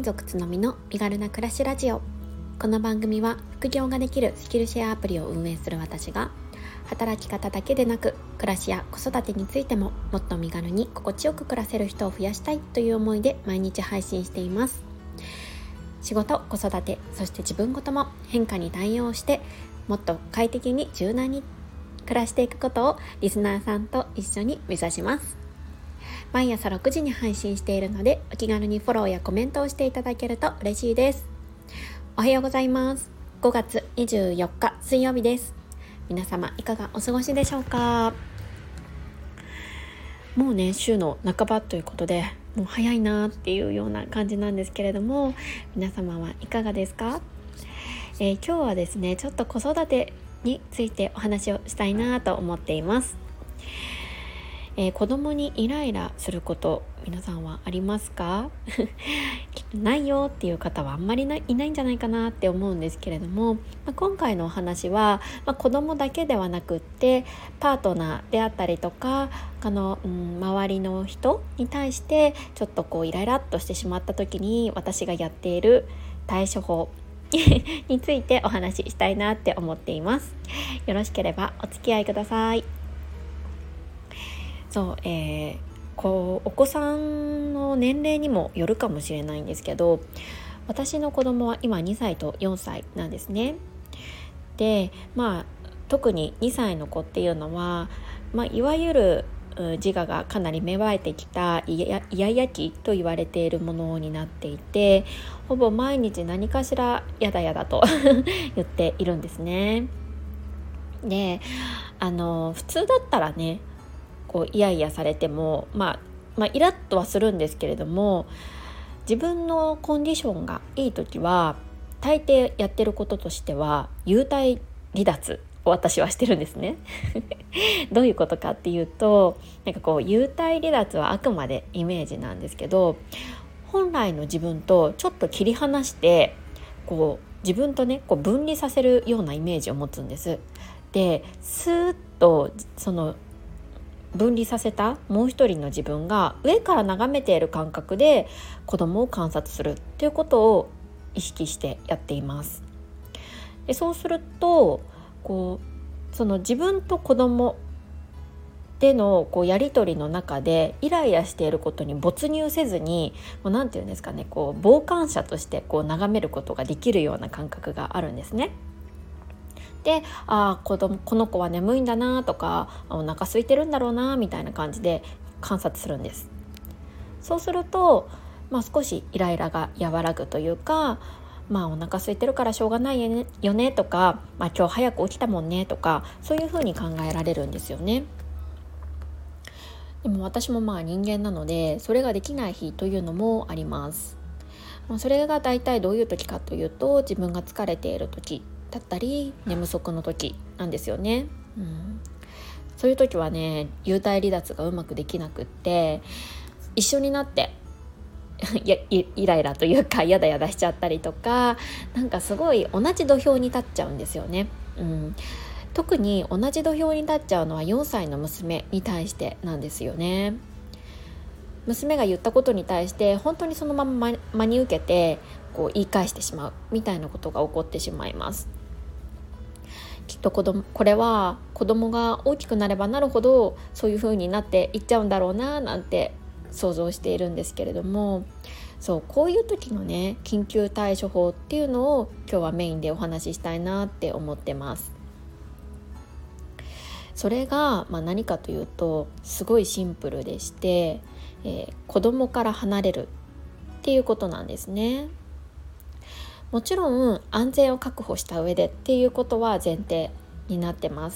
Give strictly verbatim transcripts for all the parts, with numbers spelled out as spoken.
族つのみの身軽な暮らしラジオ。この番組は副業ができるスキルシェアアプリを運営する私が、働き方だけでなく暮らしや子育てについてももっと身軽に心地よく暮らせる人を増やしたいという思いで毎日配信しています。仕事、子育て、そして自分ごとも変化に対応してもっと快適に柔軟に暮らしていくことをリスナーさんと一緒に目指します。毎朝ろくじに配信しているので、お気軽にフォローやコメントをしていただけると嬉しいです。おはようございます。ごがつにじゅうよっか水曜日です。皆様いかがお過ごしでしょうか。もうね、週の半ばということで、もう早いなっていうような感じなんですけれども、皆様はいかがですか。えー、今日はですね、ちょっと子育てについてお話をしたいなと思っています。えー、子供にイライラすること皆さんはありますかきっとないよっていう方はあんまりない、いないんじゃないかなって思うんですけれども、まあ、今回のお話は、まあ、子供だけではなくってパートナーであったりとかあの、うん、周りの人に対してちょっとこうイライラっとしてしまった時に私がやっている対処法についてお話ししたいなって思っています。よろしければお付き合いください。そう、えー、こうお子さんの年齢にもよるかもしれないんですけど、私の子供は今にさいとよんさいなんですね。で、まあ特ににさいの子っていうのは、まあ、いわゆる自我がかなり芽生えてきたイヤイヤ期と言われているものになっていて、ほぼ毎日何かしらやだやだと言っているんですね。で、あの普通だったらね、こうイヤイヤされても、まあ、まあイラッとはするんですけれども、自分のコンディションがいい時は大抵やってることとしては幽体離脱を私はしてるんですねどういうことかっていうと、なんかこう幽体離脱はあくまでイメージなんですけど、本来の自分とちょっと切り離してこう自分とねこう分離させるようなイメージを持つんです。で、スーッとその分離させたもう一人の自分が上から眺めている感覚で子供を観察するということを意識してやっています。で、そうするとこうその自分と子供でのこうやり取りの中でイライラしていることに没入せずに、もうなんていうんですかね、こう傍観者としてこう眺めることができるような感覚があるんですね。で、あ子供この子は眠いんだなとか、お腹空いてるんだろうなみたいな感じで観察するんです。そうすると、まあ、少しイライラが和らぐというか、まあ、お腹空いてるからしょうがないよね、よねとか、まあ、今日早く起きたもんねとか、そういうふうに考えられるんですよね。でも私もまあ人間なので、それができない日というのもあります。それが大体どういう時かというと、自分が疲れている時だったり寝不足の時なんですよね、うん、そういう時はね、幽体離脱がうまくできなくって、一緒になってやイライラというかやだやだしちゃったりとか、なんかすごい同じ土俵に立っちゃうんですよね、うん、特に同じ土俵に立っちゃうのはよんさいの娘に対してなんですよね。娘が言ったことに対して本当にそのまま真に受けてこう言い返してしまうみたいなことが起こってしまいます。きっと子供これは子供が大きくなればなるほどそういう風になっていっちゃうんだろうななんて想像しているんですけれども、そうこういう時のね緊急対処法っていうのを今日はメインでお話ししたいなって思ってます。それが、まあ、何かというとすごいシンプルでして、えー、子供から離れるっていうことなんですね。もちろん安全を確保した上でっていうことは前提になってます。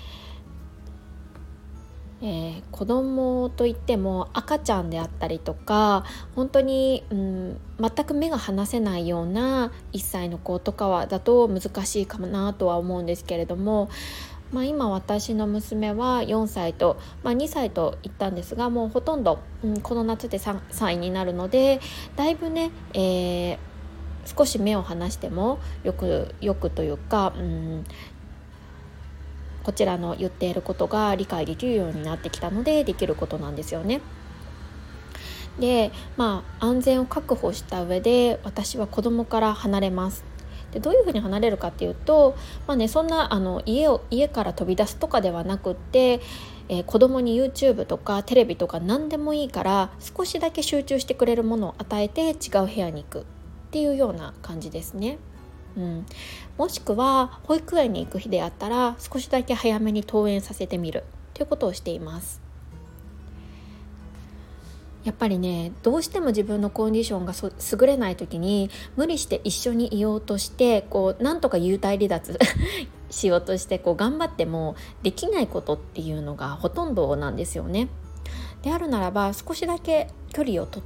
えー、子供といっても赤ちゃんであったりとか、本当に、うん、全く目が離せないようないっさいの子とかはだと難しいかなとは思うんですけれども、まあ、今私の娘はよんさいと、まあ、にさいと言ったんですが、もうほとんど、うん、この夏でさんさいになるので、だいぶね、えー少し目を離してもよくよくというか、うん、こちらの言っていることが理解できるようになってきたのでできることなんですよね。 で、まあ、安全を確保した上で私は子供から離れます。でどういうふうに離れるかっていうと、まあね、そんなあの家を家から飛び出すとかではなくって、えー、子供に YouTube とかテレビとか何でもいいから少しだけ集中してくれるものを与えて違う部屋に行くっていうような感じですね。うん、もしくは保育園に行く日であったら少しだけ早めに登園させてみるということをしています。やっぱりね、どうしても自分のコンディションがそ優れない時に無理して一緒にいようとしてこうなんとか幽体離脱しようとしてこう頑張ってもできないことっていうのがほとんどなんですよね。であるならば少しだけ距離をとって、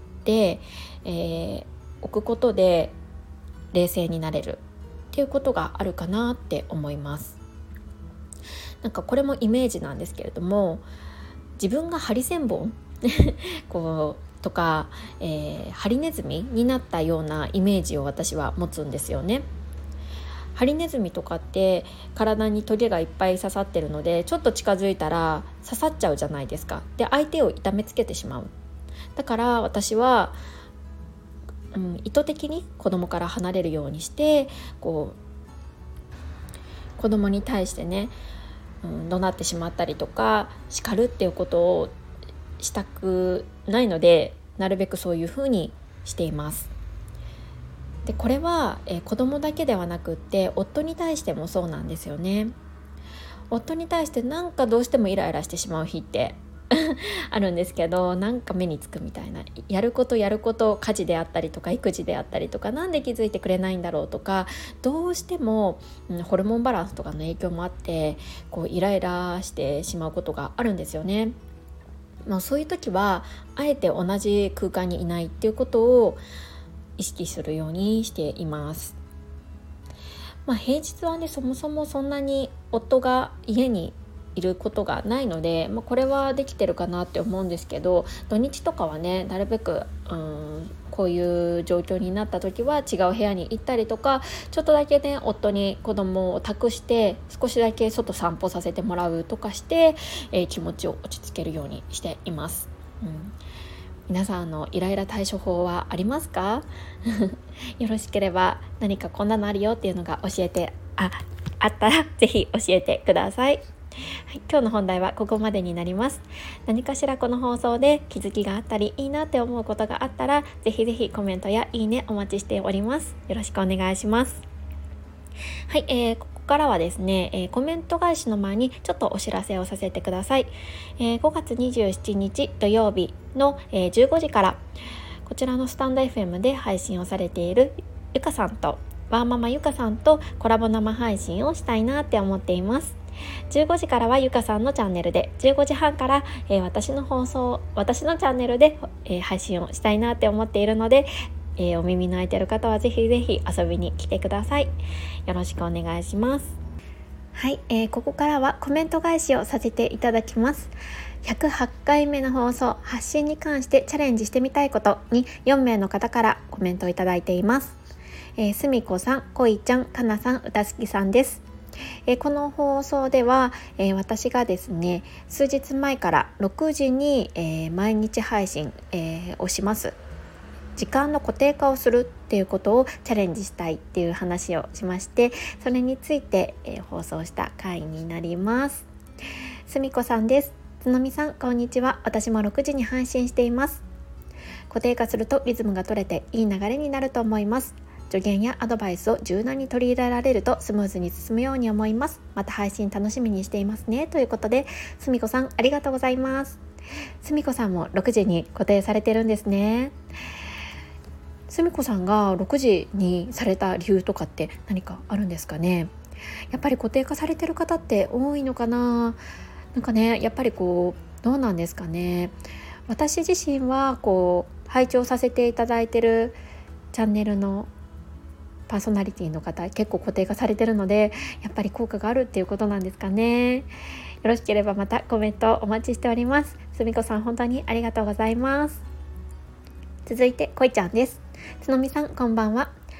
えー、置くことで冷静になれるっていうことがあるかなって思います。なんかこれもイメージなんですけれども、自分がハリセンボンこうとか、えー、ハリネズミになったようなイメージを私は持つんですよね。ハリネズミとかって体にトゲがいっぱい刺さってるので、ちょっと近づいたら刺さっちゃうじゃないですか。で相手を痛めつけてしまう。だから私は、うん、意図的に子供から離れるようにしてこう子供に対してね、うん、怒鳴ってしまったりとか叱るっていうことをしたくないので、なるべくそういうふうにしています。でこれは、えー、子供だけではなくって夫に対してもそうなんですよね。夫に対してなんかどうしてもイライラしてしまう日ってあるんですけど、なんか目につくみたいな、やることやること家事であったりとか育児であったりとか、なんで気づいてくれないんだろうとか、どうしても、うん、ホルモンバランスとかの影響もあってこうイライラしてしまうことがあるんですよね。まあ、そういう時はあえて同じ空間にいないっていうことを意識するようにしています。まあ、平日はねそもそもそんなに夫が家にいることがないので、まあ、これはできてるかなって思うんですけど、土日とかはねなるべくうーんこういう状況になった時は違う部屋に行ったりとか、ちょっとだけね夫に子供を託して少しだけ外散歩させてもらうとかして、えー、気持ちを落ち着けるようにしています。うん、皆さんのイライラ対処法はありますか？よろしければ何かこんなのあるよっていうのが教えてああったらぜひ教えてください。はい、今日の本題はここまでになります。何かしらこの放送で気づきがあったりいいなって思うことがあったらぜひぜひコメントやいいねお待ちしております。よろしくお願いします。はい、えー、ここからはですね、えー、コメント返しの前にちょっとお知らせをさせてください。えー、ごがつにじゅうしちにち土曜日の、えー、じゅうごじからこちらのスタンド エフエム で配信をされているゆかさんとワーママゆかさんとコラボ生配信をしたいなって思っています。じゅうごじからはゆかさんのチャンネルで、じゅうごじはんから、えー、私の放送私のチャンネルで、えー、配信をしたいなって思っているので、えー、お耳の空いてる方はぜひぜひ遊びに来てください。よろしくお願いします。はい、えー、ここからはコメント返しをさせていただきます。ひゃくはちかいめの放送発信に関してチャレンジしてみたいことによんめいの方からコメントをいただいています。えー、すみこさん、こいちゃん、かなさん、うたすきさんです。えー、この放送では、えー、私がですね数日前からろくじに、えー、毎日配信、えー、をします。時間の固定化をするっていうことをチャレンジしたいっていう話をしまして、それについて、えー、放送した回になります。すみこさんです。つのみさん、こんにちは。私もろくじに配信しています。固定化するとリズムが取れていい流れになると思います。助言やアドバイスを柔軟に取り入れられるとスムーズに進むように思います。また配信楽しみにしていますね、ということで、すみこさんありがとうございます。すみこさんもろくじに固定されてるんですね。すみこさんがろくじにされた理由とかって何かあるんですかね。やっぱり固定化されてる方って多いのかな。なんかね、やっぱりこうどうなんですかね。私自身はこう拝聴させていただいてるチャンネルのパーソナリティの方結構固定化されてるので、やっぱり効果があるっていうことなんですかね。よろしければまたコメントお待ちしております。すみこさん本当にありがとうございます。続いてこいちゃんです。つのみさんこんばんは。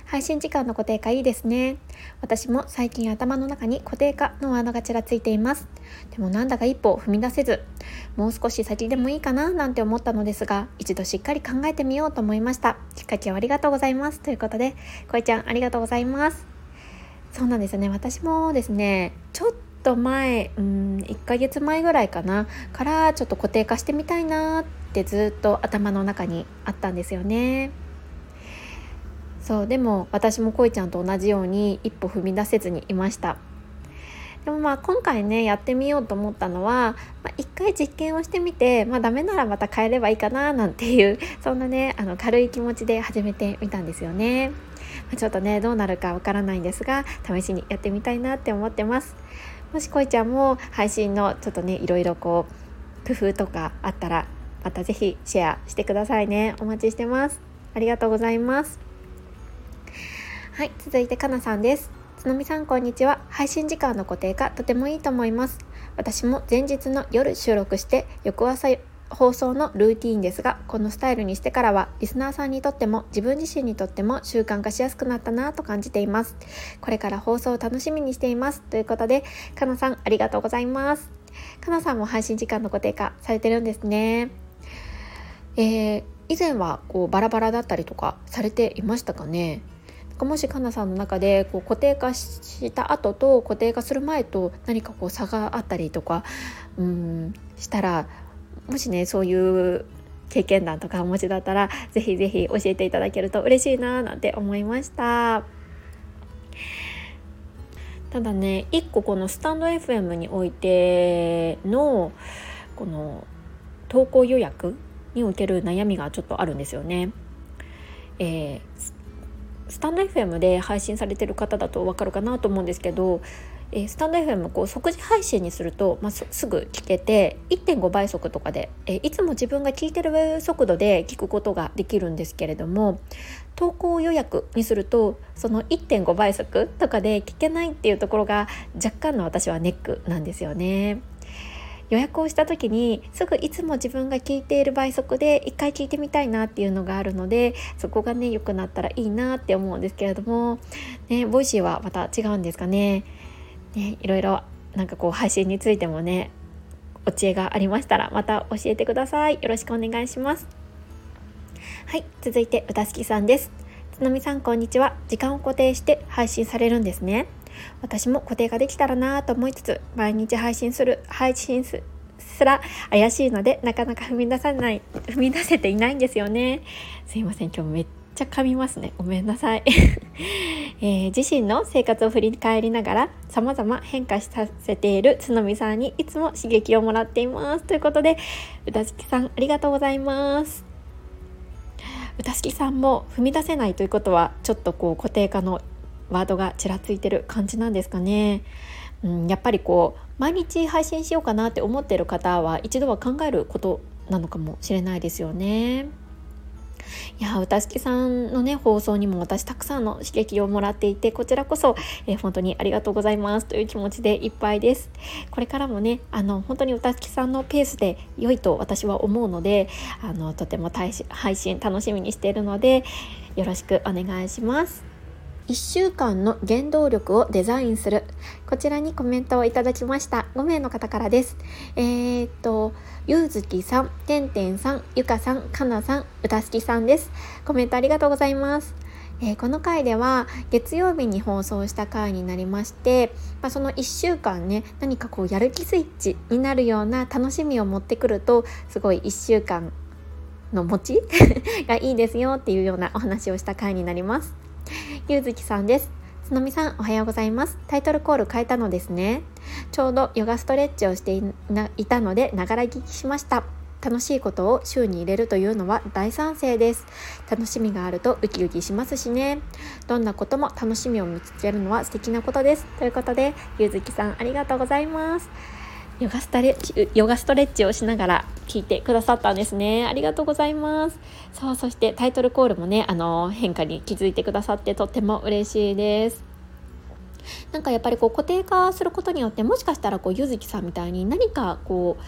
配信時間の固定化いいですね。私も最近頭の中に固定化のワードがちらついています。でもなんだか一歩踏み出せず、もう少し先でもいいかななんて思ったのですが、一度しっかり考えてみようと思いました。きっかけをありがとうございます。ということで、こいちゃんありがとうございます。そうなんですよね。私もですね、ちょっと前、うん、いっかげつまえぐらいかなからちょっと固定化してみたいなってずっと頭の中にあったんですよね。そうでも私もこいちゃんと同じように一歩踏み出せずにいました。でもまあ今回ねやってみようと思ったのは、まあ、一回実験をしてみて、まあ、ダメならまた変えればいいかななんていうそんなねあの軽い気持ちで始めてみたんですよね。まあ、ちょっとねどうなるかわからないんですが試しにやってみたいなって思ってます。もしこいちゃんも配信のちょっとねいろいろこう工夫とかあったらまたぜひシェアしてくださいね。お待ちしてます。ありがとうございます。はい、続いてかなさんです。つのみさんこんにちは。配信時間の固定化とてもいいと思います。私も前日の夜収録して翌朝放送のルーティーンですが、このスタイルにしてからはリスナーさんにとっても自分自身にとっても習慣化しやすくなったなと感じています。これから放送を楽しみにしています。ということでかなさんありがとうございます。かなさんも配信時間の固定化されてるんですね。えー、以前はこうバラバラだったりとかされていましたかね。もしかなさんの中でこう固定化した後と固定化する前と何かこう差があったりとかうーんしたら、もしねそういう経験談とかお持ちだったらぜひぜひ教えていただけると嬉しいななんて思いました。ただね一個このスタンド エフエム においてのこの投稿予約における悩みがちょっとあるんですよね。えースタンド エフエム で配信されてる方だと分かるかなと思うんですけど、えー、スタンド エフエム こう即時配信にすると、まあ、す, すぐ聞けて いってんご 倍速とかで、えー、いつも自分が聞いてる速度で聞くことができるんですけれども、投稿予約にするとその いってんご 倍速とかで聞けないっていうところが若干の私はネックなんですよね。予約をした時にすぐいつも自分が聞いている倍速で一回聞いてみたいなっていうのがあるので、そこがね良くなったらいいなって思うんですけれども、ね、ボイシーはまた違うんですかね。ね、いろいろなんかこう配信についてもねお知恵がありましたらまた教えてください。よろしくお願いします。はい、続いてうたすきさんです。つのみさんこんにちは。時間を固定して配信されるんですね。私も固定ができたらなと思いつつ、毎日配信する配信すら怪しいのでなかなか踏み出さない踏み出せていないんですよね。すいません、今日めっちゃ噛みますね。ごめんなさい、えー、自身の生活を振り返りながら様々変化させているつのみさんにいつも刺激をもらっています。ということでうたすきさんありがとうございます。うたすきさんも踏み出せないということはちょっとこう固定化のワードがちらついてる感じなんですかね。うん、やっぱりこう毎日配信しようかなって思っている方は一度は考えることなのかもしれないですよね。いやうたすきさんのね放送にも私たくさんの刺激をもらっていて、こちらこそ、えー、本当にありがとうございますという気持ちでいっぱいです。これからもねあの本当にうたすきさんのペースで良いと私は思うので、あのとても配信楽しみにしているのでよろしくお願いします。いっしゅうかんの原動力をデザインする、こちらにコメントをいただきました。ごめいの方からです。えー、っとゆうずきさん、てんてんさん、ゆかさん、かなさん、うたすきさんです。コメントありがとうございます。えー、この回では月曜日に放送した回になりまして、まあ、そのいっしゅうかんね何かこうやる気スイッチになるような楽しみを持ってくるとすごいいっしゅうかんの持ちがいいですよっていうようなお話をした回になります。ゆうずきさんです。つのみさんおはようございます。タイトルコール変えたのですね。ちょうどヨガストレッチをしていたのでながら聞きしました。楽しいことを週に入れるというのは大賛成です。楽しみがあるとウキウキしますしね。どんなことも楽しみを見つけるのは素敵なことです。ということでゆうずきさんありがとうございます。ヨガストレッチ、ヨガストレッチをしながら聞いてくださったんですね。ありがとうございます。そう、そしてタイトルコールもね、あの変化に気づいてくださってとっても嬉しいです。なんかやっぱりこう固定化することによってもしかしたらこうゆずきさんみたいに何かこう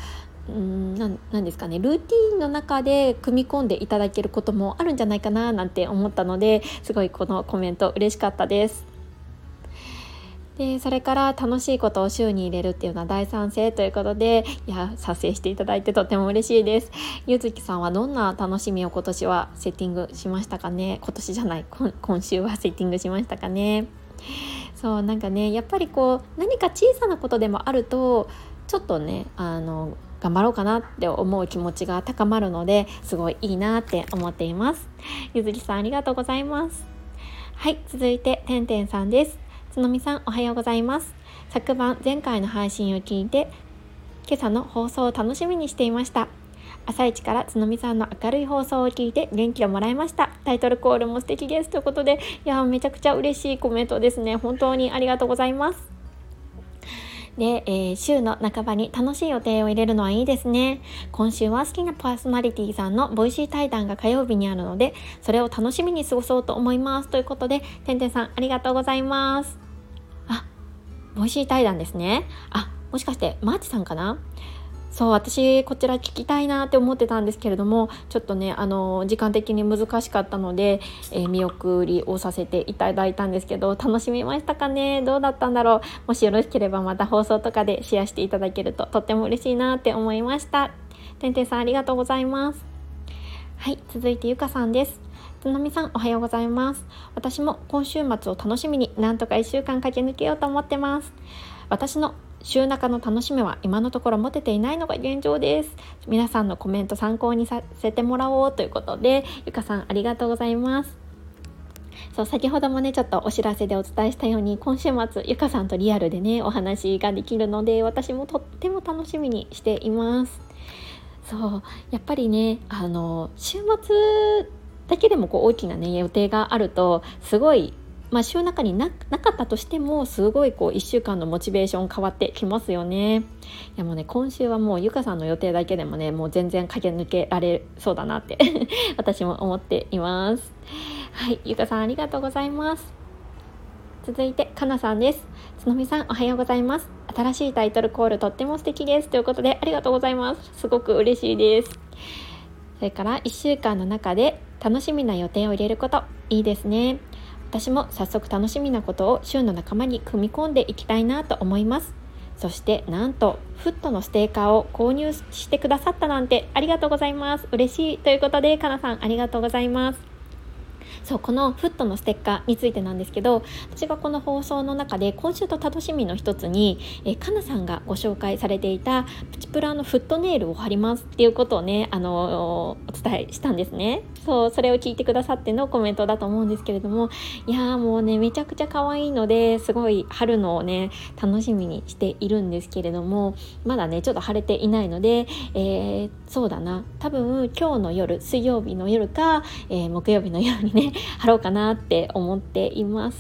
んななんですかね、ルーティーンの中で組み込んでいただけることもあるんじゃないかななんて思ったので、すごいこのコメント嬉しかったです。でそれから楽しいことを週に入れるっていうのは大賛成ということで、いや撮影していただいてとても嬉しいです。ゆずきさんはどんな楽しみを今年はセッティングしましたかね。今年じゃない今、今週はセッティングしましたかね。そうなんかね、やっぱりこう何か小さなことでもあるとちょっとねあの頑張ろうかなって思う気持ちが高まるので、すごいいいなって思っています。ゆずきさんありがとうございます。はい、続いててんてんさんです。つのみさんおはようございます。昨晩前回の配信を聞いて今朝の放送を楽しみにしていました。朝一からつのみさんの明るい放送を聞いて元気をもらいました。タイトルコールも素敵ですということで、いやめちゃくちゃ嬉しいコメントですね。本当にありがとうございます。で、えー、週の半ばに楽しい予定を入れるのはいいですね。今週は好きなパーソナリティさんのボイシー対談が火曜日にあるので、それを楽しみに過ごそうと思いますということで、てんてんさんありがとうございます。あ、ボイシー対談ですね。あ、もしかしてマーチさんかな。そう、私こちら聞きたいなって思ってたんですけれども、ちょっとねあの時間的に難しかったので、えー、見送りをさせていただいたんですけど、楽しみましたかね。どうだったんだろう。もしよろしければまた放送とかでシェアしていただけるととっても嬉しいなって思いました。てんてんさんありがとうございます。はい、続いてゆかさんです。つのみさんおはようございます。私も今週末を楽しみになんとかいっしゅうかん駆け抜けようと思ってます。私の週中の楽しみは今のところ持てていないのが現状です。皆さんのコメント参考にさせてもらおうということで、ゆかさんありがとうございます。そう、先ほどもねちょっとお知らせでお伝えしたように、今週末ゆかさんとリアルでねお話ができるので、私もとっても楽しみにしています。そうやっぱりねあの週末だけでもこう大きなね予定があるとすごい、まあ、週の中に な, なかったとしてもすごいこういっしゅうかんのモチベーション変わってきますよね。いやもうね今週はもうゆかさんの予定だけでもねもう全然駆け抜けられそうだなって私も思っています。はい、ゆかさんありがとうございます。続いてかなさんです。つのみさんおはようございます。新しいタイトルコールとっても素敵ですということで、ありがとうございます。すごく嬉しいです。それからいっしゅうかんの中で楽しみな予定を入れること、いいですね。私も早速楽しみなことを週の仲間に組み込んでいきたいなと思います。そしてなんとフットのステッカーを購入してくださったなんてありがとうございます。嬉しいということでかなさんありがとうございます。そうこのフットのステッカーについてなんですけど、私がこの放送の中で今週と楽しみの一つにえかなさんがご紹介されていたプチプラのフットネイルを貼りますっていうことをねあのお伝えしたんですね。そうそれを聞いてくださってのコメントだと思うんですけれども、いやもうねめちゃくちゃ可愛いのですごい貼るのをね楽しみにしているんですけれども、まだねちょっと貼れていないので、えー、そうだな多分今日の夜水曜日の夜か、えー、木曜日の夜にね貼ろうかなって思っています。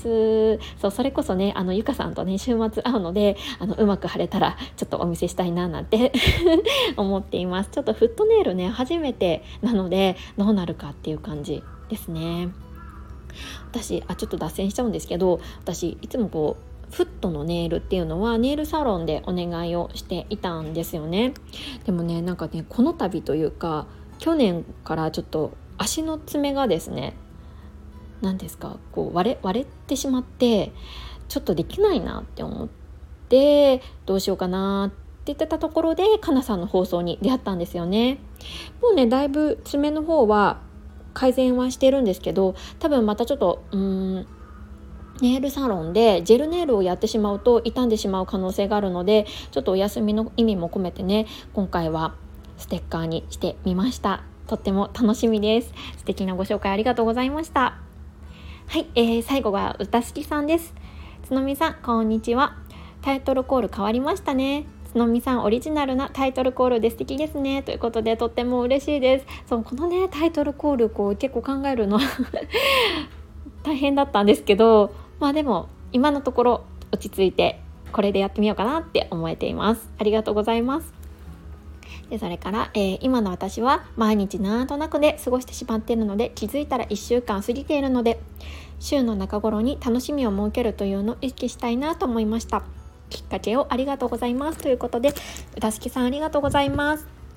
そうそれこそねあのゆかさんとね週末会うのであのうまく貼れたらちょっとお見せしたいななんて思っています。ちょっとフットネイルね初めてなのでどうなるかっていう感じですね。私あちょっと脱線しちゃうんですけど、私いつもこうフットのネイルっていうのはネイルサロンでお願いをしていたんですよね。でもねなんかねこの度というか去年からちょっと足の爪がですね何ですかこう割れ、割れてしまってちょっとできないなって思ってどうしようかなって言ってたところでかなさんの放送に出会ったんですよね。もうねだいぶ爪の方は改善はしてるんですけど、多分またちょっとうーんネイルサロンでジェルネイルをやってしまうと傷んでしまう可能性があるので、ちょっとお休みの意味も込めてね今回はステッカーにしてみました。とっても楽しみです。素敵なご紹介ありがとうございました。はい、えー、最後は歌好きさんです。つのみさんこんにちは。タイトルコール変わりましたね。つのみさんオリジナルなタイトルコールで素敵ですねということでとっても嬉しいです。そうこのねタイトルコールこう結構考えるの大変だったんですけど、まあでも今のところ落ち着いてこれでやってみようかなって思えています。ありがとうございます。でそれから、えー、今の私は毎日なんとなくで過ごしてしまっているので、気づいたらいっしゅうかん過ぎているので週の中頃に楽しみを設けるというのを意識したいなと思いました。きっかけをありがとうございますということで、歌好きさんありがとうございます。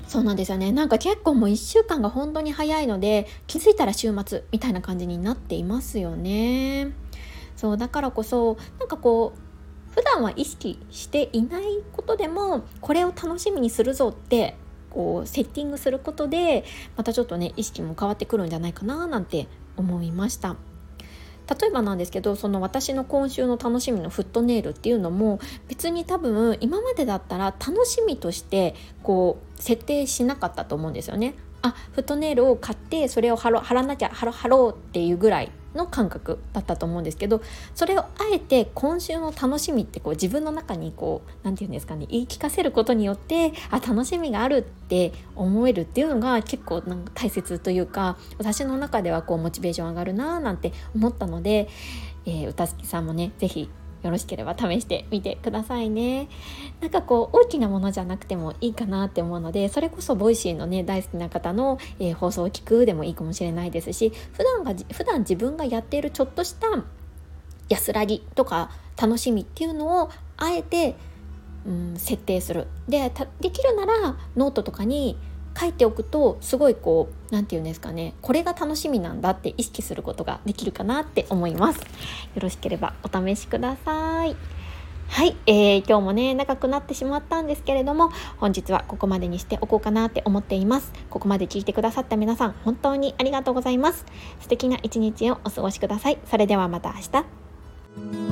そうなんですよね。なんか結構もういっしゅうかんが本当に早いので、気づいたら週末みたいな感じになっていますよね。そうだからこそ、なんかこう普段は意識していないことでもこれを楽しみにするぞってこうセッティングすることで、またちょっとね意識も変わってくるんじゃないかななんて思いました。例えばなんですけど、その私の今週の楽しみのフットネイルっていうのも、別に多分今までだったら楽しみとしてこう設定しなかったと思うんですよね。あ、フットネイルを買ってそれを貼ろ貼らなきゃ貼ろ貼ろうっていうぐらいの感覚だったと思うんですけど、それをあえて今週の楽しみってこう自分の中にこうなんていうんですかね、言い聞かせることによって、あ、楽しみがあるって思えるっていうのが結構なんか大切というか、私の中ではこうモチベーション上がるななんて思ったので、えー、歌好きさんもねぜひよろしければ試してみてくださいね。なんかこう大きなものじゃなくてもいいかなって思うので、それこそボイシーのね大好きな方の、えー、放送を聞くでもいいかもしれないですし、普段が普段自分がやっているちょっとした安らぎとか楽しみっていうのをあえて、うん、設定する。で、できるならノートとかに書いておくと、すごいこうなんていうんですかね、これが楽しみなんだって意識することができるかなって思います。よろしければお試しください。はい、えー、今日もね長くなってしまったんですけれども、本日はここまでにしておこうかなって思っています。ここまで聞いてくださった皆さん、本当にありがとうございます。素敵な一日をお過ごしください。それではまた明日。